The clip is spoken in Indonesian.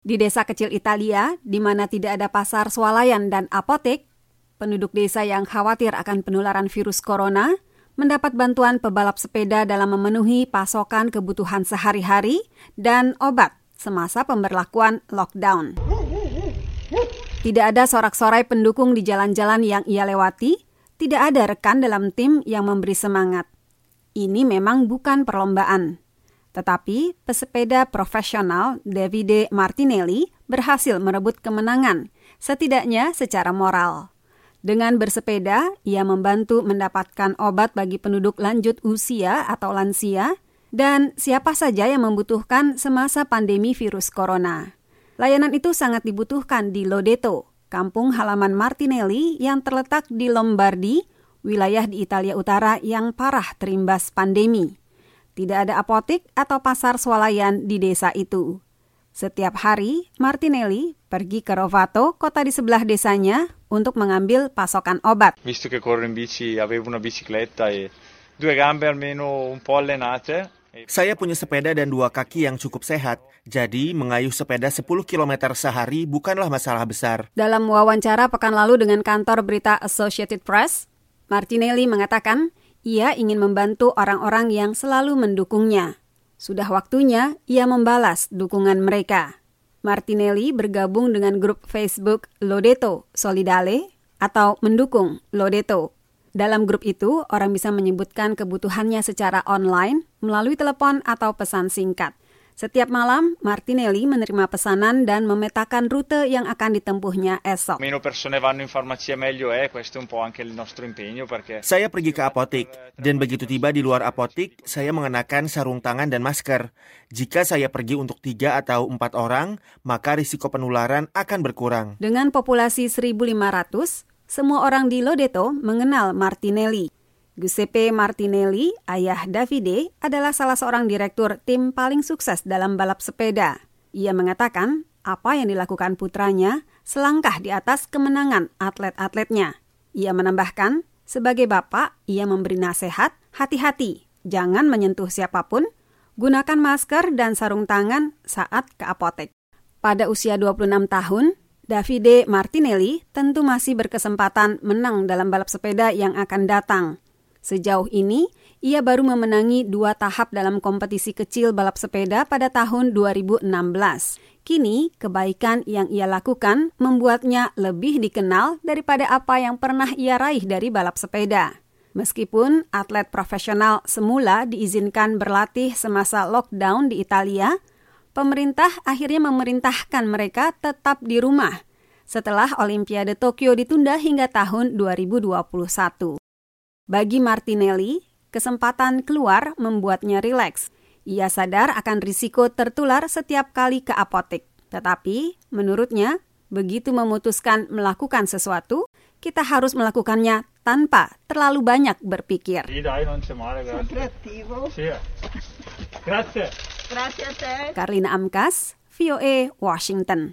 Di desa kecil Italia, di mana tidak ada pasar swalayan dan apotek, penduduk desa yang khawatir akan penularan virus corona mendapat bantuan pebalap sepeda dalam memenuhi pasokan kebutuhan sehari-hari dan obat semasa pemberlakuan lockdown. Tidak ada sorak-sorai pendukung di jalan-jalan yang ia lewati, tidak ada rekan dalam tim yang memberi semangat. Ini memang bukan perlombaan. Tetapi pesepeda profesional Davide Martinelli berhasil merebut kemenangan, setidaknya secara moral. Dengan bersepeda, ia membantu mendapatkan obat bagi penduduk lanjut usia atau lansia dan siapa saja yang membutuhkan semasa pandemi virus corona. Layanan itu sangat dibutuhkan di Lodeto, kampung halaman Martinelli yang terletak di Lombardi, wilayah di Italia Utara yang parah terimbas pandemi. Tidak ada apotek atau pasar swalayan di desa itu. Setiap hari, Martinelli pergi ke Rovato, kota di sebelah desanya, untuk mengambil pasokan obat. Visto che corro in bici, avevo una bicicletta e due gambe almeno un po' allenate. Saya punya sepeda dan 2 kaki yang cukup sehat, jadi mengayuh sepeda 10 km sehari bukanlah masalah besar. Dalam wawancara pekan lalu dengan kantor berita Associated Press, Martinelli mengatakan ia ingin membantu orang-orang yang selalu mendukungnya. Sudah waktunya ia membalas dukungan mereka. Martinelli bergabung dengan grup Facebook Lodeto Solidale atau mendukung Lodeto. Dalam grup itu, orang bisa menyebutkan kebutuhannya secara online melalui telepon atau pesan singkat. Setiap malam, Martinelli menerima pesanan dan memetakan rute yang akan ditempuhnya esok. Meno persone vanno in farmacia meglio è, questo è un po' anche il nostro impegno perché Saya pergi ke apotek, dan begitu tiba di luar apotek, saya mengenakan sarung tangan dan masker. Jika saya pergi untuk 3 atau 4 orang, maka risiko penularan akan berkurang. Dengan populasi 1.500, semua orang di Lodeto mengenal Martinelli. Giuseppe Martinelli, ayah Davide, adalah salah seorang direktur tim paling sukses dalam balap sepeda. Ia mengatakan apa yang dilakukan putranya selangkah di atas kemenangan atlet-atletnya. Ia menambahkan, sebagai bapak, ia memberi nasihat, hati-hati, jangan menyentuh siapapun, gunakan masker dan sarung tangan saat ke apotek. Pada usia 26 tahun, Davide Martinelli tentu masih berkesempatan menang dalam balap sepeda yang akan datang. Sejauh ini, ia baru memenangi 2 tahap dalam kompetisi kecil balap sepeda pada tahun 2016. Kini, kebaikan yang ia lakukan membuatnya lebih dikenal daripada apa yang pernah ia raih dari balap sepeda. Meskipun atlet profesional semula diizinkan berlatih semasa lockdown di Italia, pemerintah akhirnya memerintahkan mereka tetap di rumah setelah Olimpiade Tokyo ditunda hingga tahun 2021. Bagi Martinelli, kesempatan keluar membuatnya rileks. Ia sadar akan risiko tertular setiap kali ke apotek. Tetapi, menurutnya, begitu memutuskan melakukan sesuatu, kita harus melakukannya tanpa terlalu banyak berpikir. Karlina Amkas, VOA, Washington.